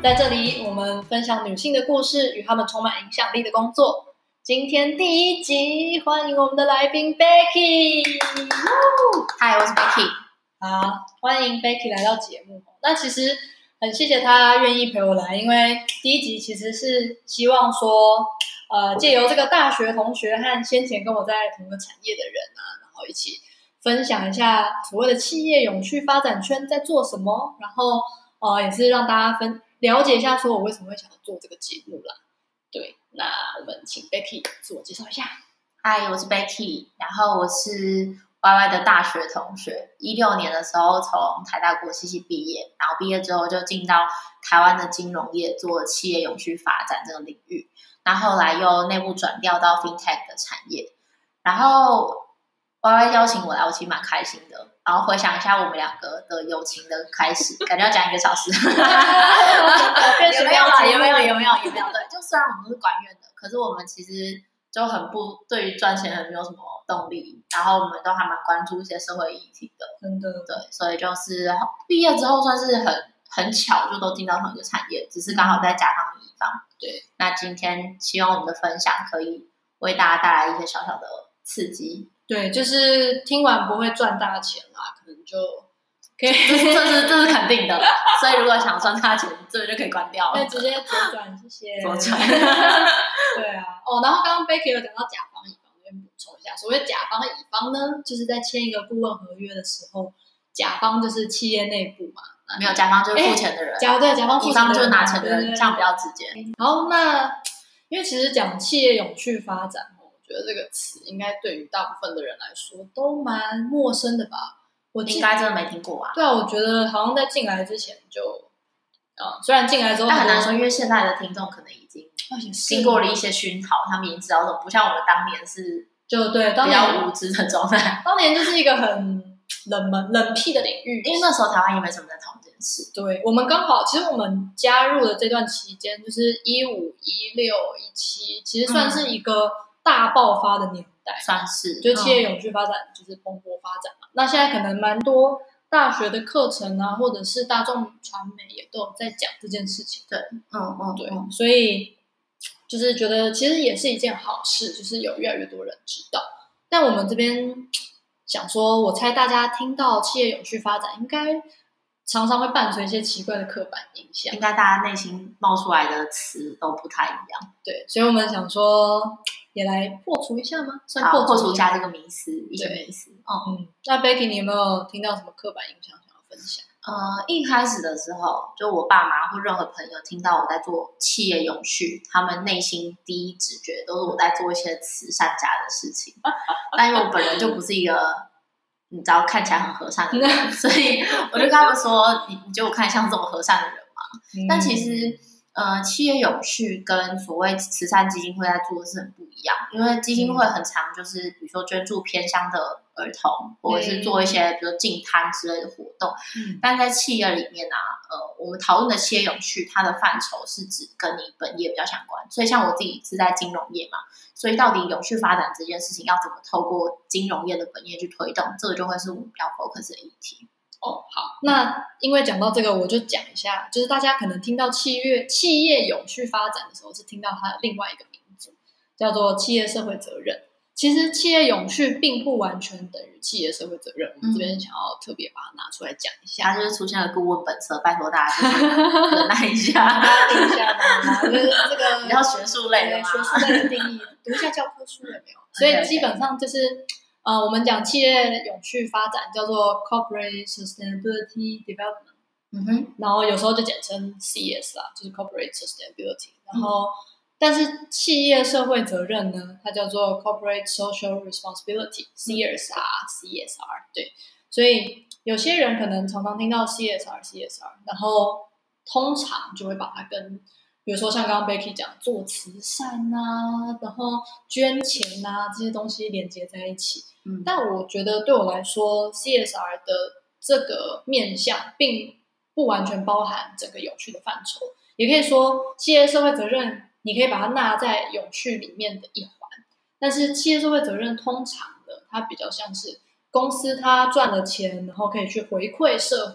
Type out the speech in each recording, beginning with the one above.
在这里，我们分享女性的故事与她们充满影响力的工作。今天第一集，欢迎我们的来宾 Becky。 嗨，我是 Becky。 好，欢迎 Becky 来到节目。那其实很谢谢她愿意陪我来，因为第一集其实是希望说，借由这个大学同学和先前跟我在同个产业的人啊，然后一起分享一下所谓的企业永续发展圈在做什么，然后也是让大家了解一下，说我为什么会想要做这个节目啦。对，那我们请 Becky 自我介绍一下。 嗨，我是 Becky， 然后我是 YY 的大学同学，16年的时候从台大国际系毕业，然后毕业之后就进到台湾的金融业做企业永续发展这个领域，然后后来又内部转调到 FinTech 的产业，然后 YY 邀请我来，我其实蛮开心的。然后回想一下我们两个的友情的开始，感觉要讲1个小时。有没有？对，就虽然我们都是管院的，可是我们其实就对于赚钱很没有什么动力，然后我们都还蛮关注一些社会议题的， 真的。 对，所以就是毕业之后算是很巧，就都进到同一个产业，只是刚好在甲方乙方。 对， 那今天希望我们的分享可以为大家带来一些小小的刺激。 对，就是听完不会赚大钱啦，可能就可以这是肯定的。所以如果想赚大钱，这个就可以关掉了。 那直接左转，谢谢。 左转。 对啊，然后刚刚 Becky 有讲到甲方乙方，我先补充一下，所谓甲方乙方呢，就是在签一个顾问合约的时候，甲方就是企业内部嘛， 没有甲方就是付钱的人， 甲方付钱的人， 乙方就是拿钱的人，这样比较直接。 好，那因为其实讲企业永续发展，我觉得这个词应该对于大部分的人来说都蛮陌生的吧？我应该真的没听过啊。 对啊，我觉得好像在进来之前就，虽然进来之后， 但很难说，因为现在的听众可能已经经过了一些熏陶，他们已经知道什么，不像我们当年是就对比较无知的状态。 当年就是一个很冷僻的领域， 因为那时候台湾也没什么在讨论这件事。 对，我们刚好，其实我们加入的这段期间，就是15、16、17，其实算是一个大爆发的年代， 算是就企业永续发展就是蓬勃发展嘛。那现在可能蛮多大学的课程啊，或者是大众传媒也都有在讲这件事情。 对， 对，所以就是觉得其实也是一件好事，就是有越来越多人知道。但我们这边想说，我猜大家听到企业永续发展，应该常常会伴随一些奇怪的刻板印象， 应该大家内心冒出来的词都不太一样。 对，所以我们想说也来破除一下吗？算破除一下这个迷思，一些迷思。 那 Becky 你有没有听到什么刻板印象想要分享？ 一开始的时候，就我爸妈或任何朋友听到我在做企业永续，他们内心第一直觉都是我在做一些慈善家的事情。但因为我本人就不是一个你知道看起来很和善的人，所以我就跟他们说：“你觉得我看起来像这种和善的人吗？”但其实，企业永续跟所谓慈善基金会在做的是很不一样，因为基金会很常就是比如说捐助偏乡的儿童，或者是做一些比如说净滩之类的活动。但在企业里面啊，我们讨论的企业永续，它的范畴是指跟你本业比较相关。所以像我自己是在金融业嘛，所以到底永续发展这件事情要怎么透过金融业的本业去推动，这个就会是我们比较 focus 的议题。 好，那因为讲到这个，我就讲一下，就是大家可能听到企业永续发展的时候，是听到它的另外一个名字，叫做企业社会责任。其实企业永续并不完全等于企业社会责任，我们这边想要特别把它拿出来讲一下。 它就是出现了顾问本色，拜托大家就是忍耐一下， 听一下嘛，就是这个比较学术类的嘛， 学术类的定义，读一下教科书有没有？所以基本上就是我们讲企业永续发展叫做 Corporate Sustainability Development，然后有时候就简称 CS 啦，就是 Corporate Sustainability，然后。但是企业社会责任呢，它叫做 Corporate Social Responsibility，CSR，对。所以有些人可能常常听到 CSR， 然后通常就会把它跟，比如说像刚刚 Becky 讲做慈善啊，然后捐钱啊这些东西连接在一起。但我觉得对我来说 ，CSR 的这个面向并不完全包含整个永续的范畴，也可以说企业社会责任。你可以把它纳在永续里面的一环，但是企业社会责任通常的它比较像是公司它赚了钱，然后可以去回馈社会，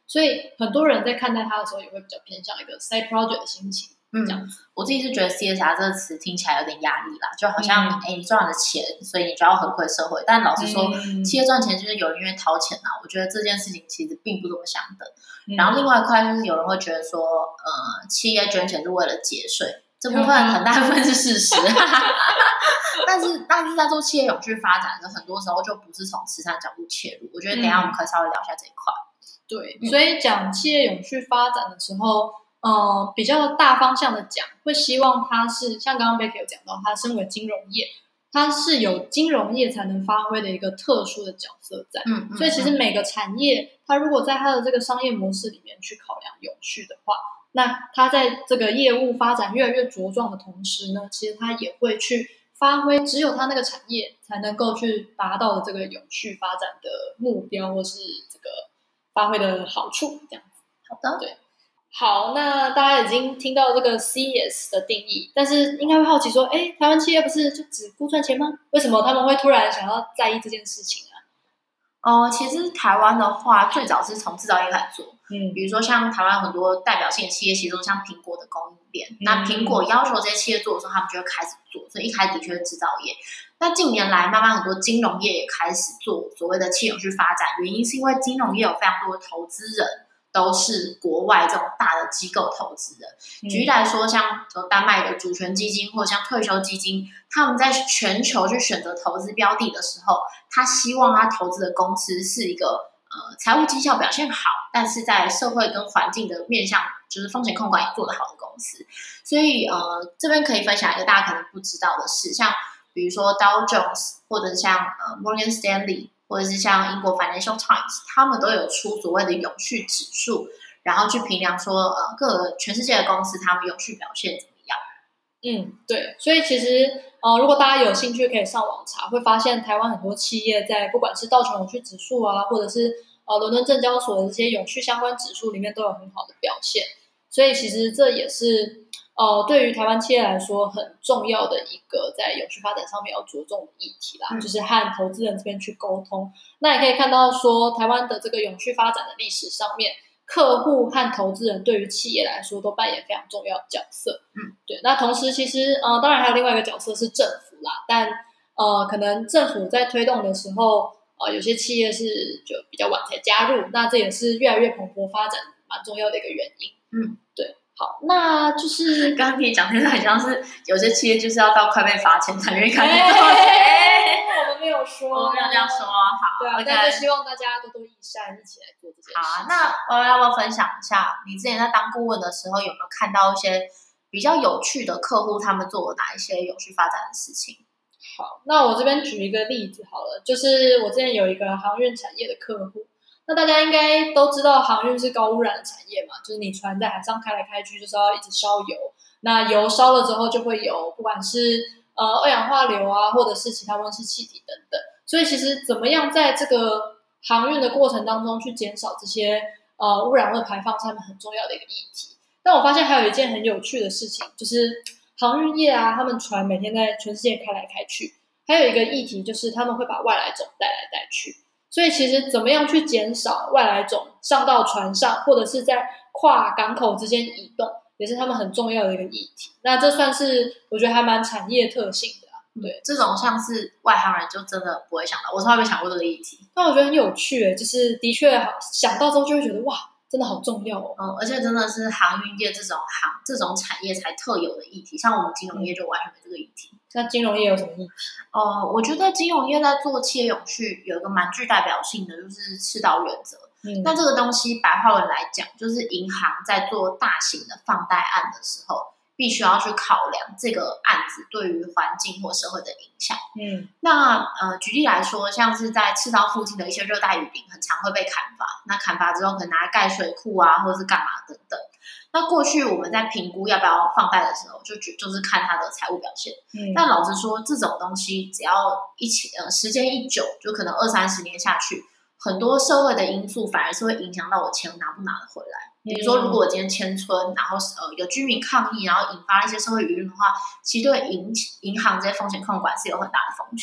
所以很多人在看待它的时候，也会比较偏向一个 side project 的心情。这样子， 我自己是觉得 CSR 这个词听起来有点压力啦，就好像你赚了钱，所以你就要回馈社会。但老实说，企业赚钱就是有人愿意掏钱啊。我觉得这件事情其实并不这么相等。然后另外一块就是有人会觉得说，企业捐钱是为了节税，这部分很大部分是事实。但是在做企业永续发展的很多时候就不是从慈善角度切入。我觉得等一下我们可以稍微聊一下这一块。 对，所以讲企业永续发展的时候。比较大方向的讲，会希望它是像刚刚 Becky 有讲到，它身为金融业，它是有金融业才能发挥的一个特殊的角色在。所以其实每个产业，它如果在它的这个商业模式里面去考量永续的话，那它在这个业务发展越来越茁壮的同时呢，其实它也会去发挥只有它那个产业才能够去达到的这个永续发展的目标，或是这个发挥的好处，这样子。 好的， 对。好，那大家已经听到这个 CES 的定义，但是应该会好奇说，台湾企业不是就只顾赚钱吗？为什么他们会突然想要在意这件事情啊？ 其实台湾的话，最早是从制造业开始做，比如说像台湾很多代表性的企业，其实都像苹果的供应链。那苹果要求这些企业做的时候，他们就会开始做，所以一开始的确是制造业。那近年来，慢慢很多金融业也开始做所谓的企业永续发展，原因是因为金融业有非常多的投资人。都是国外这种大的机构投资人。举例来说，像丹麦的主权基金或者像退休基金，他们在全球去选择投资标的的时候，他希望他投资的公司是一个财务绩效表现好，但是在社会跟环境的面向，就是风险控管也做得好的公司。所以这边可以分享一个大家可能不知道的事，像比如说 Dow Jones 或者像Morgan Stanley。或者是像英国 Financial Times， 他们都有出所谓的永续指数，然后去评量说各个全世界的公司他们永续表现怎么样。 对，所以其实如果大家有兴趣可以上网查，会发现台湾很多企业在不管是道琼永续指数啊，或者是伦敦证交所的这些永续相关指数里面都有很好的表现，所以其实这也是对于台湾企业来说很重要的一个在永续发展上面要着重的议题啦，就是和投资人这边去沟通。那也可以看到说，台湾的这个永续发展的历史上面，客户和投资人对于企业来说都扮演非常重要的角色。对。那同时其实当然还有另外一个角色是政府啦，但可能政府在推动的时候，有些企业是就比较晚才加入，那这也是越来越蓬勃发展蛮重要的一个原因。对。好，那就是刚刚你讲的很像是有些企业就是要到快被罚钱才愿意开始做。 我们没有说， 我没有这样说。好， 对啊，那就希望大家多多益善，一起来做这件事。 好，那我要不要分享一下，你之前在当顾问的时候，有没有看到一些比较有趣的客户，他们做了哪一些永续发展的事情？ 好，那我这边举一个例子好了，就是我之前有一个航运产业的客户。那大家应该都知道航运是高污染的产业嘛，就是你船在海上开来开去就是要一直烧油，那油烧了之后就会有不管是二氧化硫啊，或者是其他温室气体等等，所以其实怎么样在这个航运的过程当中去减少这些污染物排放是他们很重要的一个议题。但我发现还有一件很有趣的事情，就是航运业啊，他们船每天在全世界开来开去，还有一个议题就是他们会把外来种带来带去。所以其实怎么样去减少外来种上到船上，或者是在跨港口之间移动，也是他们很重要的一个议题。那这算是我觉得还蛮产业特性的对， 这种像是外行人就真的不会想到，我从来没想过这个议题。 但我觉得很有趣就是的确想到之后就会觉得哇，真的好重要而且真的是航运业这种产业才特有的议题，像我们金融业就完全没这个议题。 那金融业有什么议题？ 我觉得金融业在做企业永续有一个蛮具代表性的，就是赤道原则。那这个东西白话文来讲，就是银行在做大型的放贷案的时候，必须要去考量这个案子对于环境或社会的影响。那举例来说，像是在赤道附近的一些热带雨林，很常会被砍伐。那砍伐之后，可能拿来盖水库啊，或者是干嘛等等。那过去我们在评估要不要放贷的时候，就是看它的财务表现。但老实说，这种东西只要时间一久，就可能20-30年下去，很多社会的因素反而是会影响到我钱拿不拿得回来。比如说，如果我今天迁村，然后有居民抗议，然后引发一些社会舆论的话，其实对银行这些风险控管是有很大的风险。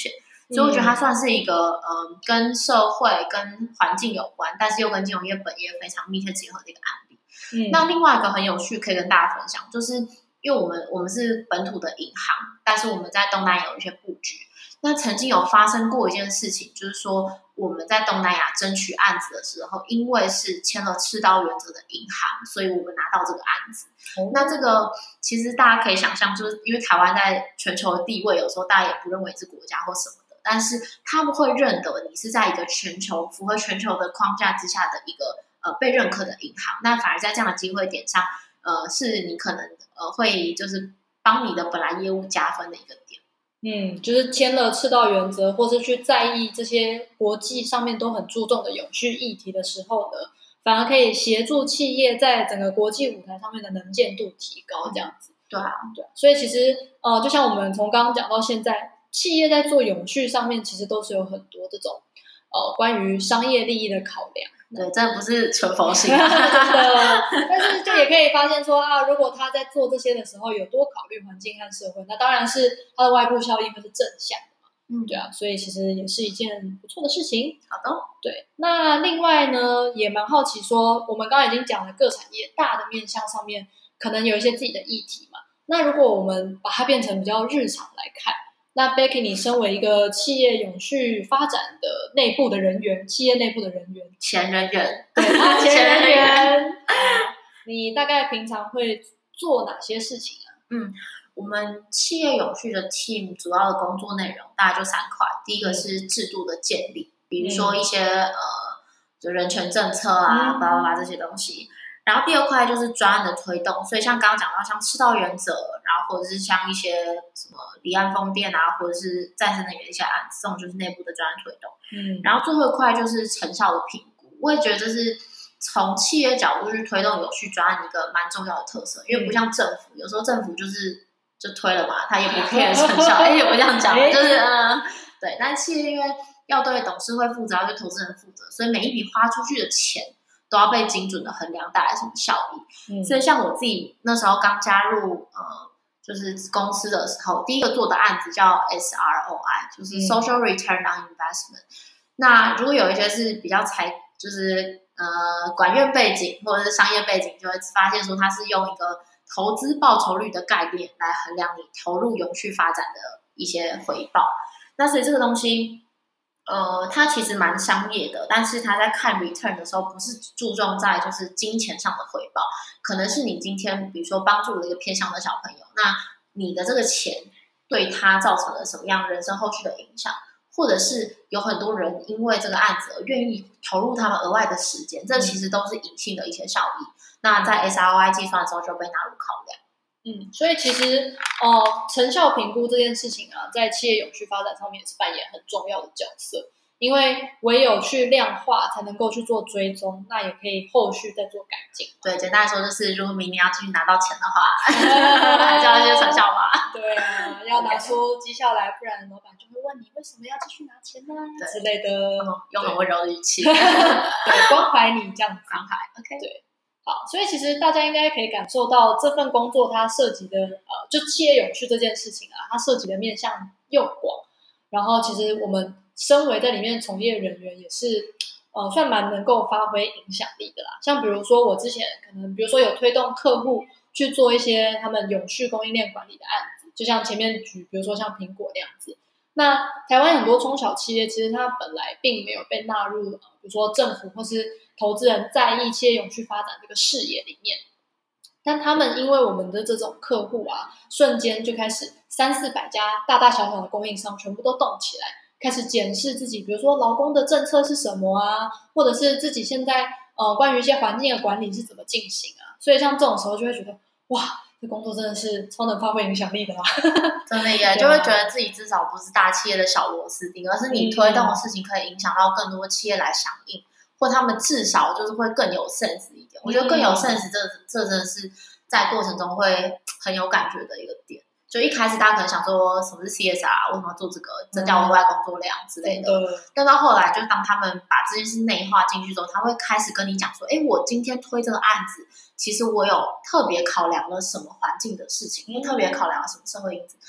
所以我觉得它算是一个跟社会跟环境有关，但是又跟金融业本业非常密切结合的一个案例。那另外一个很有趣可以跟大家分享，就是因为我们是本土的银行，但是我们在东南亚有一些布局。那曾经有发生过一件事情，就是说我们在东南亚争取案子的时候，因为是签了赤道原则的银行，所以我们拿到这个案子。那这个其实大家可以想象，就是因为台湾在全球的地位，有时候大家也不认为是国家或什么的，但是他们会认得你是在一个全球符合全球的框架之下的一个被认可的银行。那反而在这样的机会点上，是你可能会就是帮你的本来业务加分的一个点。 就是签了赤道原则，或是去在意这些国际上面都很注重的永续议题的时候呢，反而可以协助企业在整个国际舞台上面的能见度提高，这样子。 对啊。 所以其实就像我们从刚刚讲到现在，企业在做永续上面，其实都是有很多这种关于商业利益的考量。 对，这不是纯佛系真的，但是就也可以发现说如果他在做这些的时候有多考虑环境和社会，那当然是他的外部效应会是正向的嘛。对啊，所以其实也是一件不错的事情。 好的。 对，那另外呢，也蛮好奇说，我们刚刚已经讲了各产业大的面向上面可能有一些自己的议题嘛，那如果我们把它变成比较日常来看，那 Becky 你身为一个企业永续发展的内部的人员，企业内部的人员， 前人员， 对，前人员你大概平常会做哪些事情啊？ 我们企业永续的 team 主要的工作内容大概就3块。第一个是制度的建立，比如说一些就人权政策啊，巴拉巴拉这些东西。然后第2块就是专案的推动，所以像刚刚讲到像赤道原则，然后或者是像一些什么离岸风电啊，或者是再生能源的一些案子，这种就是内部的专案推动。然后最后1块就是成效的评估，我也觉得这是从企业角度去推动永续专案一个蛮重要的特色，因为不像政府，有时候政府就推了嘛，他也不 care 成效，也不这样讲，就是对。但企业因为要对董事会负责，要对投资人负责，所以每一笔花出去的钱都要被精准的衡量带来什么效益。所以像我自己那时候刚加入就是公司的时候，第一个做的案子叫 SROI， 就是 Social Return on Investment。那如果有一些是比较就是管院背景或者是商业背景，就会发现说它是用一个投资报酬率的概念来衡量你投入永续发展的一些回报。那所以这个东西它其实蛮商业的，但是它在看 return 的时候不是注重在就是金钱上的回报，可能是你今天比如说帮助了一个偏乡的小朋友，那你的这个钱对他造成了什么样人生后续的影响，或者是有很多人因为这个案子而愿意投入他们额外的时间，这其实都是隐性的一些效益。那在 SROI 计算的时候就被纳入考量。 所以其实成效评估这件事情啊，在企业永续发展上面也是扮演很重要的角色，因为唯有去量化才能够去做追踪，那也可以后续再做改进。 对，简单来说就是如果明年要继续拿到钱的话还是要一些成效吧。 对啊，要拿出绩效来，不然老板就会问你为什么要继续拿钱呢之类的， 用很温柔的语气对，关怀你这样子。 关怀 OK。 对，好，所以其实大家应该可以感受到这份工作它涉及的就企业永续这件事情啊，它涉及的面向又广，然后其实我们身为在里面从业人员也是算蛮能够发挥影响力的啦。像比如说我之前可能比如说有推动客户去做一些他们永续供应链管理的案子，就像前面举比如说像苹果那样子。那台湾很多中小企业其实它本来并没有被纳入比如说政府或是投资人在意企业永续发展这个视野里面，但他们因为我们的这种客户啊，瞬间就开始300-400家大大小小的供应商全部都动起来，开始检视自己比如说劳工的政策是什么啊，或者是自己现在关于一些环境的管理是怎么进行啊。所以像这种时候就会觉得哇，这工作真的是超能发挥影响力的啦真的耶，就会觉得自己至少不是大企业的小螺丝钉，而是你推动的事情可以影响到更多企业来响应，或他们至少就是会更有 sense 一点。我觉得更有 sense 这真的是在过程中会很有感觉的一个点。就一开始大家可能想说什么是 CSR， 为什么要做这个，增加额外工作量之类的，但到后来就当他们把这件事内化进去之后，他会开始跟你讲说我今天推这个案子，其实我有特别考量了什么环境的事情，特别考量了什么社会因子。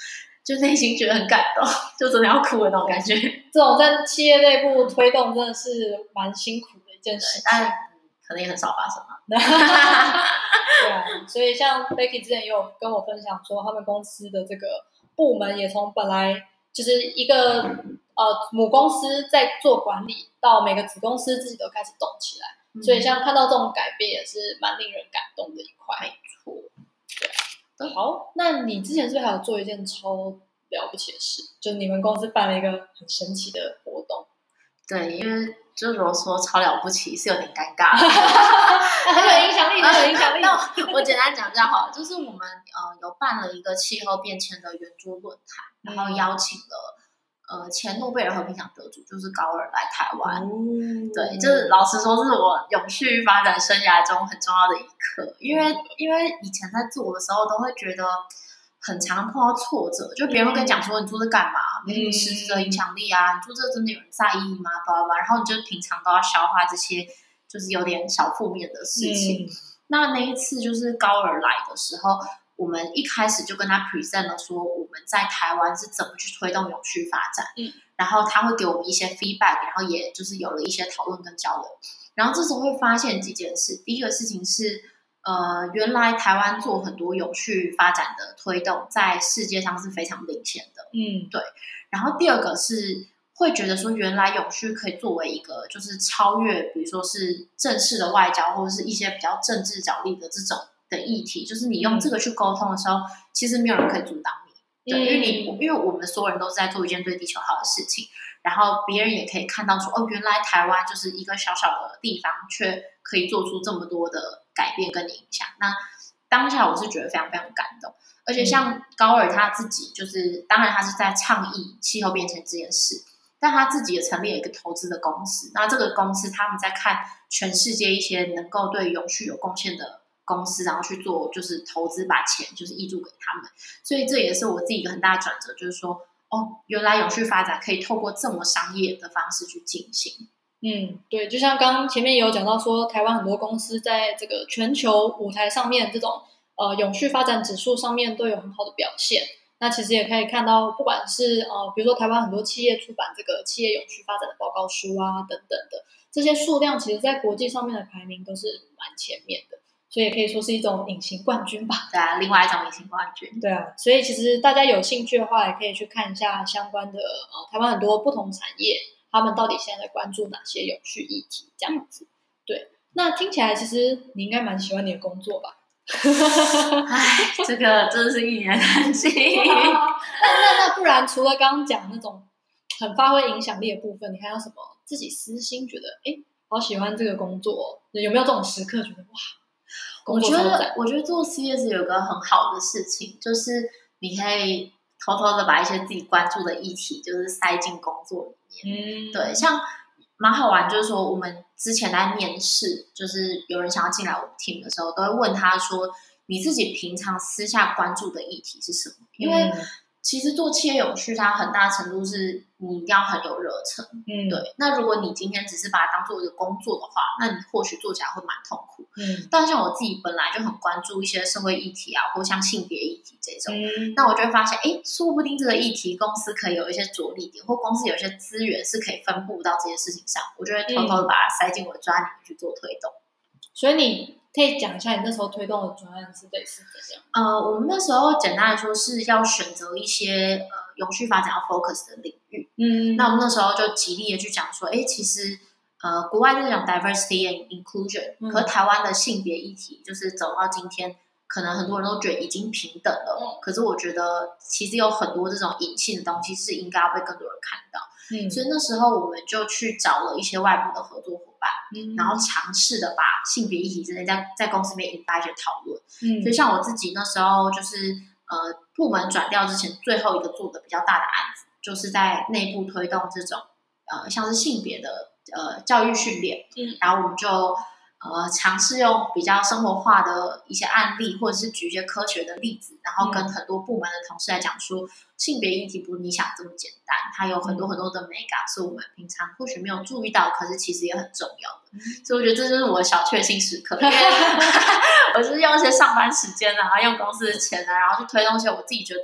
就内心觉得很感动，就真的要哭的那种感觉。 这种在企业内部推动真的是蛮辛苦的一件事情， 但可能也很少发生嘛。 对啊，所以像 Becky 之前也有跟我分享说，他们公司的这个部门也从本来就是一个母公司在做管理，到每个子公司自己都开始动起来，所以像看到这种改变也是蛮令人感动的一块。 没错。 对，好，那你之前是不是还有做一件超了不起的事，就是你们公司办了一个很神奇的活动？ 对，因为就如果说超了不起是有点尴尬， 很有影响力，很有影响力。 那我简单讲就好了，就是我们有办了一个气候变迁的圆桌论坛，然后邀请了前诺贝尔和平奖得主就是高尔来台湾。对，就是老实说是我永续发展生涯中很重要的一课，因为以前在做的时候都会觉得很常碰到挫折，就别人会跟你讲说你做这干嘛，没什么实质的影响力啊，你做这真的有人在意吗？巴拉巴拉，然后你就平常都要消化这些就是有点小负面的事情。那一次就是高尔来的时候，我们一开始就跟他 present 了说我们在台湾是怎么去推动永续发展，然后他会给我们一些 feedback， 然后也就是有了一些讨论跟交流。然后这时候会发现几件事，第一个事情是原来台湾做很多永续发展的推动在世界上是非常领先的，对。然后第二个是会觉得说原来永续可以作为一个就是超越比如说是正式的外交或者是一些比较政治角力的这种的议题，就是你用这个去沟通的时候，其实没有人可以阻挡你，对，因为我们所有人都是在做一件对地球好的事情，然后别人也可以看到说原来台湾就是一个小小的地方却可以做出这么多的改变跟影响。那当下我是觉得非常非常感动，而且像高尔他自己就是当然他是在倡议气候变迁这件事，但他自己也成立了一个投资的公司，那这个公司他们在看全世界一些能够对永续有贡献的公司，然后去做就是投资，把钱就是挹注给他们。所以这也是我自己一个很大的转折，就是说原来永续发展可以透过这么商业的方式去进行。 对，就像刚刚前面也有讲到说，台湾很多公司在这个全球舞台上面这种永续发展指数上面都有很好的表现。那其实也可以看到，不管是比如说台湾很多企业出版这个企业永续发展的报告书啊等等的，这些数量其实在国际上面的排名都是蛮前面的，所以也可以说是一种隐形冠军吧。 对啊，另外一种隐形冠军。 对啊，所以其实大家有兴趣的话，也可以去看一下相关的台湾很多不同产业，他们到底现在在关注哪些永续议题这样子。对，那听起来其实你应该蛮喜欢你的工作吧？ 唉，这个真的是一言难尽。 那不然除了刚刚讲那种很发挥影响力的部分，你还有什么自己私心觉得好喜欢这个工作？有没有这种时刻觉得哇？ 我觉得做 CS 有个很好的事情，就是你可以偷偷的把一些自己关注的议题，就是塞进工作里面。对，像蛮好玩，就是说我们之前在面试，就是有人想要进来我们 team 的时候，都会问他说，你自己平常私下关注的议题是什么？因为其实做企业永续，它很大程度是你一定要很有热忱。对。那如果你今天只是把它当做一个工作的话，那你或许做起来会蛮痛苦。但像我自己本来就很关注一些社会议题啊，或像性别议题这种，那我就会发现，说不定这个议题公司可以有一些着力点，或公司有一些资源是可以分布到这些事情上，我就会偷偷的把它塞进我的专案里面去做推动。 所以你可以讲一下你那时候推动的专案是类似怎样？ 我们那时候简单来说是要选择一些永续发展要 focus 的领域。那我们那时候就极力的去讲说，其实国外在讲 diversity and inclusion，可是台湾的性别议题就是走到今天，可能很多人都觉得已经平等了，可是我觉得其实有很多这种隐性的东西是应该要被更多人看到。所以那时候我们就去找了一些外部的合作伙伴，然后尝试的把性别议题之类在公司里面引发一些讨论。所以像我自己那时候就是部门转调之前最后一个做的比较大的案子，就是在内部推动这种像是性别的教育训练。然后我们就尝试用比较生活化的一些案例，或者是举一些科学的例子，然后跟很多部门的同事来讲说，性别议题不是你想这么简单，它有很多很多的美感是我们平常或许没有注意到，可是其实也很重要的。所以我觉得这就是我的小确幸时刻，因为我是用一些上班时间啊，用公司的钱啊，然后去推动一些我自己觉得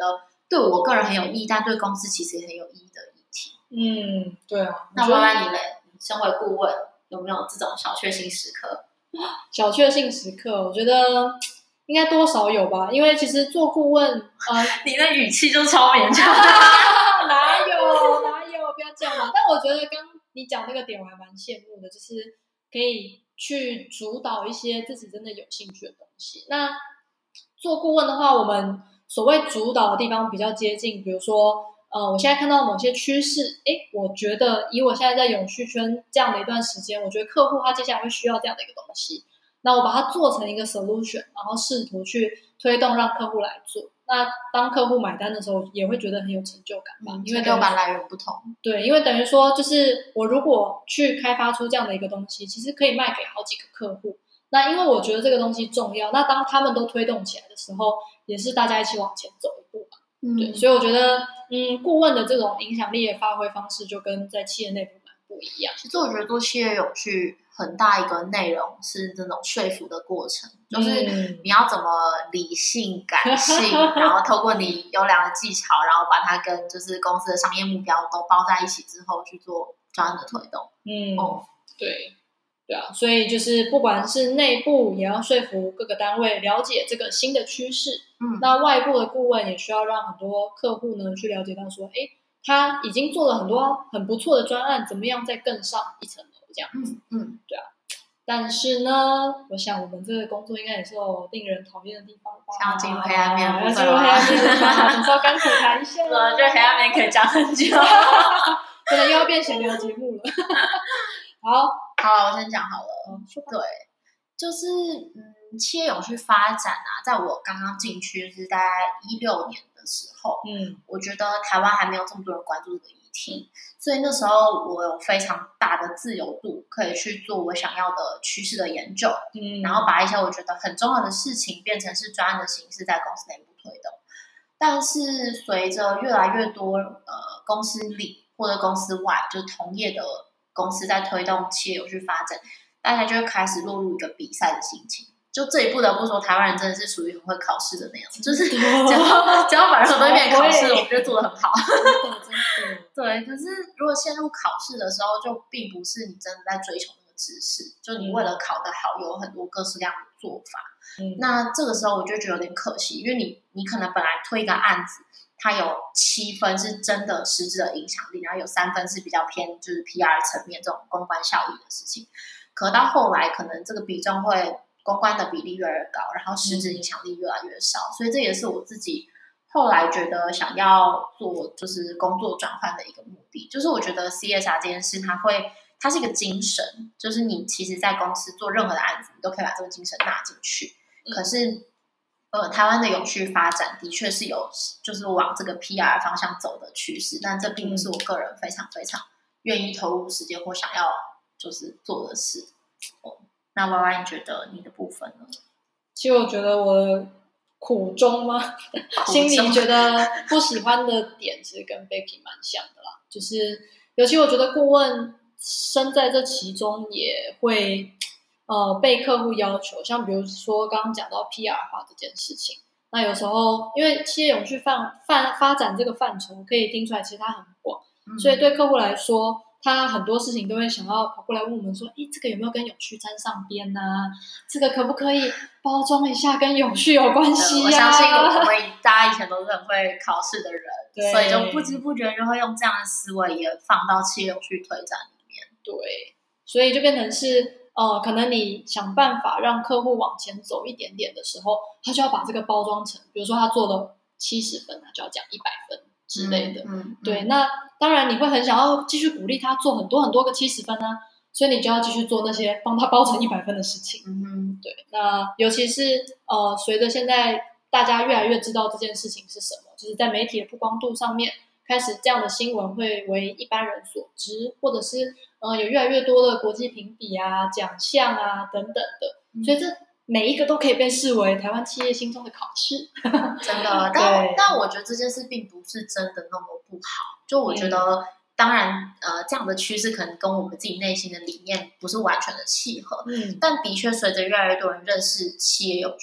对我个人很有意义，但对公司其实也很有意义的议题。 对啊。 那歪歪你嘞？你身为顾问，有没有这种小确幸时刻？ 小确幸时刻，我觉得应该多少有吧，因为其实做顾问， 你的语气就超勉强。 哪有，不要这样嘛。但我觉得刚你讲那个点，我还蛮羡慕的，就是可以去主导一些自己真的有兴趣的东西。那做顾问的话，我们所谓主导的地方比较接近，比如说，我现在看到某些趋势，我觉得以我现在在永续圈这样的一段时间，我觉得客户他接下来会需要这样的一个东西，那我把它做成一个 solution， 然后试图去推动让客户来做。那当客户买单的时候，也会觉得很有成就感吧，因为成就感来源不同。 对，因为等于说，就是我如果去开发出这样的一个东西，其实可以卖给好几个客户。那因为我觉得这个东西重要，那当他们都推动起来的时候，也是大家一起往前走一步嘛。对，所以我觉得，顾问的这种影响力的发挥方式，就跟在企业内部蛮不一样。 其实我觉得做企业永续很大一个内容是这种说服的过程，就是你要怎么理性、感性，然后透过你优良的技巧，然后把它跟就是公司的商业目标都包在一起之后去做专案的推动。 对啊，所以就是不管是内部也要说服各个单位了解这个新的趋势，那外部的顾问也需要让很多客户呢去了解到说，他已经做了很多很不错的专案，怎么样再更上一层楼这样子。对啊。但是呢，我想我们这个工作应该也是有令人讨厌的地方吧。 像进入黑暗面的部分， 进入黑暗面的地方，总是要甘苦谈一下。 我觉得黑暗面可以讲很久， 可能又要变闲聊节目了。好， 我先讲好了。对，就是企业永续发展啊，在我刚刚进去是大概16年的时候，我觉得台湾还没有这么多人关注这个议题，所以那时候我有非常大的自由度，可以去做我想要的趋势的研究，然后把一些我觉得很重要的事情变成是专案的形式在公司内部推动。但是随着越来越多公司里或者公司外，就是同业的公司在推动企业永续发展，大家就会开始落入一个比赛的心情。就这里不得不说，台湾人真的是属于很会考试的那种，就是只要把任何东西变成考试，我觉得做得很好。 真的。 对，可是如果陷入考试的时候，就并不是你真的在追求那个知识，就你为了考得好，有很多各式各样的做法。那这个时候我就觉得有点可惜，因为你可能本来推一个案子，它有7分是真的实质的影响力，然后有3分是比较偏就是 PR 层面这种公关效益的事情，可到后来可能这个比重会公关的比例越来越高，然后实质影响力越来越少，所以这也是我自己后来觉得想要做就是工作转换的一个目的。就是我觉得 CSR 这件事它是一个精神，就是你其实在公司做任何的案子，你都可以把这个精神纳进去。可是台湾的永续发展的确是有就是往这个 PR 方向走的趋势，但这并不是我个人非常非常愿意投入时间或想要就是做的事。那歪歪你觉得你的部分呢？ 其实我觉得我的苦衷吗？心里觉得不喜欢的点其实跟 Becky 蛮像的啦，就是尤其我觉得顾问身在这其中也会被客户要求，像比如说刚刚讲到 PR 化这件事情，那有时候因为企业永续发展这个范畴可以听出来其实它很广，所以对客户来说他很多事情都会想要跑过来问我们说，这个有没有跟永续沾上边啊？这个可不可以包装一下跟永续有关系啊？ 我相信我们大家以前都是很会考试的人，所以就不知不觉就会用这样的思维也放到企业永续推展里面。 对，所以就变成是可能你想办法让客户往前走一点点的时候，他就要把这个包装成，比如说他做了70分，他就要讲100分之类的。对，那当然你会很想要继续鼓励他做很多很多个70分啊，所以你就要继续做那些帮他包成100分的事情。对，那尤其是随着现在大家越来越知道这件事情是什么，就是在媒体的曝光度上面，开始这样的新闻会为一般人所知，或者是有越来越多的国际评比啊、奖项啊等等的，所以这每一个都可以被视为台湾企业心中的考试。 真的，但我觉得这件事并不是真的那么不好。就我觉得，当然，这样的趋势可能跟我们自己内心的理念不是完全的契合。但的确，随着越来越多人认识企业永续，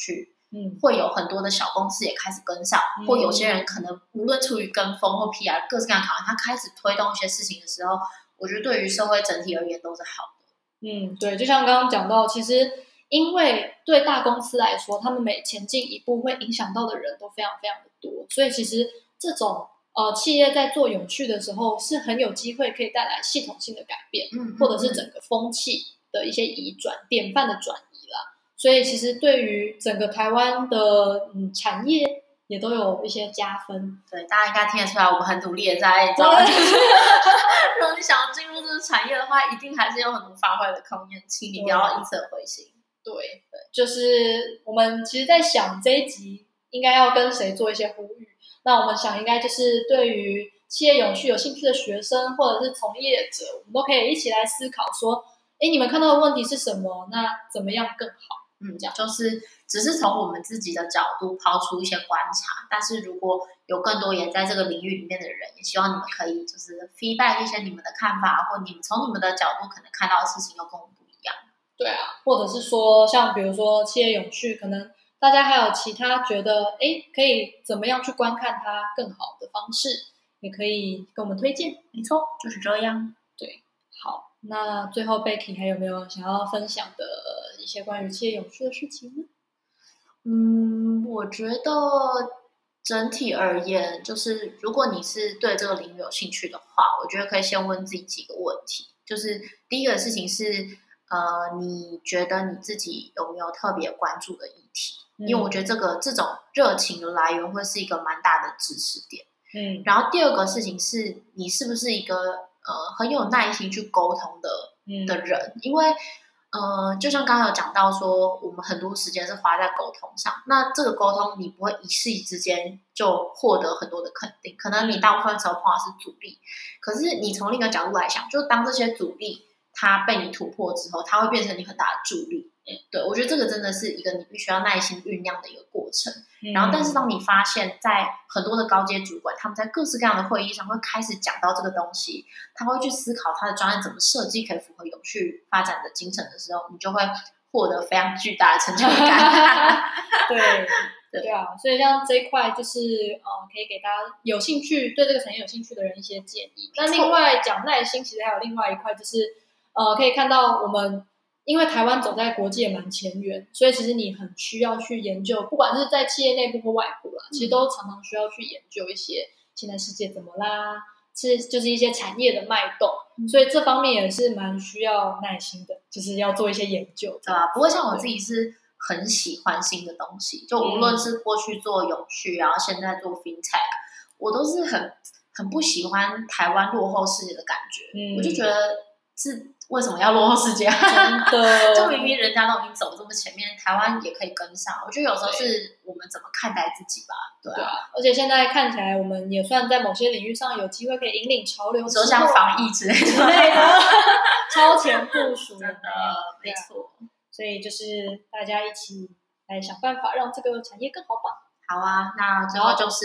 会有很多的小公司也开始跟上，或有些人可能无论出于跟风或 PR 各式各样考量，他开始推动一些事情的时候，我觉得对于社会整体而言都是好的。 对，就像刚刚讲到，其实因为对大公司来说，他们每前进一步会影响到的人都非常非常的多，所以其实这种企业在做永续的时候是很有机会可以带来系统性的改变，或者是整个风气的一些移转、典范的转移啦。所以其实对于整个台湾的产业也都有一些加分。 对，大家应该听得出来，我们很努力的在，你知道吗？就是如果你想要进入这个产业的话，一定还是有很多发挥的空间，请你不要因此而灰心。 对，就是我们其实在想这一集应该要跟谁做一些呼吁。那我们想应该就是对于企业永续有兴趣的学生或者是从业者，我们都可以一起来思考说，你们看到的问题是什么？那怎么样更好？ 这样就是只是从我们自己的角度抛出一些观察，但是如果有更多也在这个领域里面的人，也希望你们可以就是 feedback 一些你们的看法，或你们从你们的角度可能看到的事情又跟我们不一样。 对啊，或者是说像比如说企业永续，可能大家还有其他觉得可以怎么样去观看它更好的方式，也可以跟我们推荐。 没错，就是这样。 对，好，那最后 Becky 还有没有想要分享的一些关于企业永续的事情呢？ 我觉得整体而言，就是如果你是对这个领域有兴趣的话，我觉得可以先问自己几个问题。就是第一个事情是，你觉得你自己有没有特别关注的议题？因为我觉得这种热情的来源会是一个蛮大的支持点。然后第二个事情是，你是不是一个很有耐心去沟通的人？因为就像刚刚有讲到说，我们很多时间是花在沟通上。那这个沟通你不会一夕之间就获得很多的肯定，可能你大部分时候碰到是阻力。可是你从另一个角度来想，就当这些阻力它被你突破之后，它会变成你很大的助力。对，我觉得这个真的是一个你必须要耐心酝酿的一个过程。然后但是当你发现在很多的高阶主管，他们在各式各样的会议上会开始讲到这个东西，他会去思考他的专案怎么设计可以符合永续发展的精神的时候，你就会获得非常巨大的成就感。 对啊，所以像这一块就是可以给大家有兴趣对这个产业有兴趣的人一些建议。那另外讲耐心，其实还有另外一块就是可以看到我们因为台湾走在国际也蛮前沿，所以其实你很需要去研究，不管是在企业内部或外部啦，其实都常常需要去研究一些现在世界怎么啦，就是一些产业的脉动，所以这方面也是蛮需要耐心的，就是要做一些研究， 对吧？不过像我自己是很喜欢新的东西，就无论是过去做永续，然后现在做 fintech， 我都是很不喜欢台湾落后世界的感觉。我就觉得是为什么要落后世界？真的，就明明人家都已经走这么前面，台湾也可以跟上。我觉得有时候是我们怎么看待自己吧。对啊， 而且现在看起来，我们也算在某些领域上有机会可以引领潮流， 说像防疫之类的，超前部署， 真的没错。 所以就是大家一起来想办法让这个产业更好吧。 好啊，那最后就是，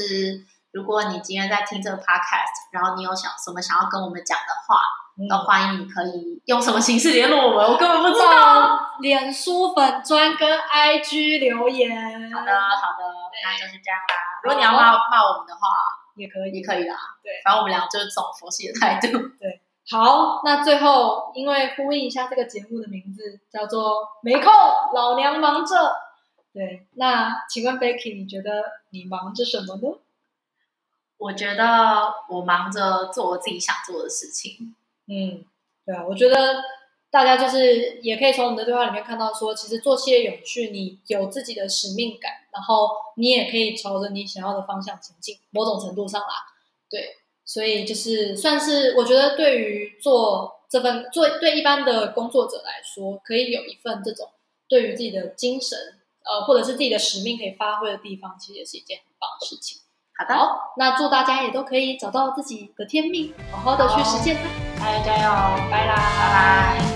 如果你今天在听这个 podcast， 然后你有什么想要跟我们讲的话，都欢迎你可以用什么形式联络我们，我根本不知道。 脸书粉专跟 IG 留言。 好的，那就是这样啦。如果你要骂我们的话， 也可以啦。 对， 反正我们俩就是这种佛系的态度。 对，好，那最后因为呼应一下这个节目的名字叫做没空，老娘忙着。对，那请问 Becky， 你觉得你忙着什么呢？ 我觉得我忙着做我自己想做的事情。 对啊，我觉得大家就是也可以从我们的对话里面看到说，其实做企业永续，你有自己的使命感，然后你也可以朝着你想要的方向前进，某种程度上啦。对，所以就是算是我觉得对于对一般的工作者来说，可以有一份这种对于自己的精神或者是自己的使命可以发挥的地方，其实也是一件很棒的事情。好，那祝大家也都可以找到自己的天命，好好的去实践它。 加油， 拜啦， 拜拜。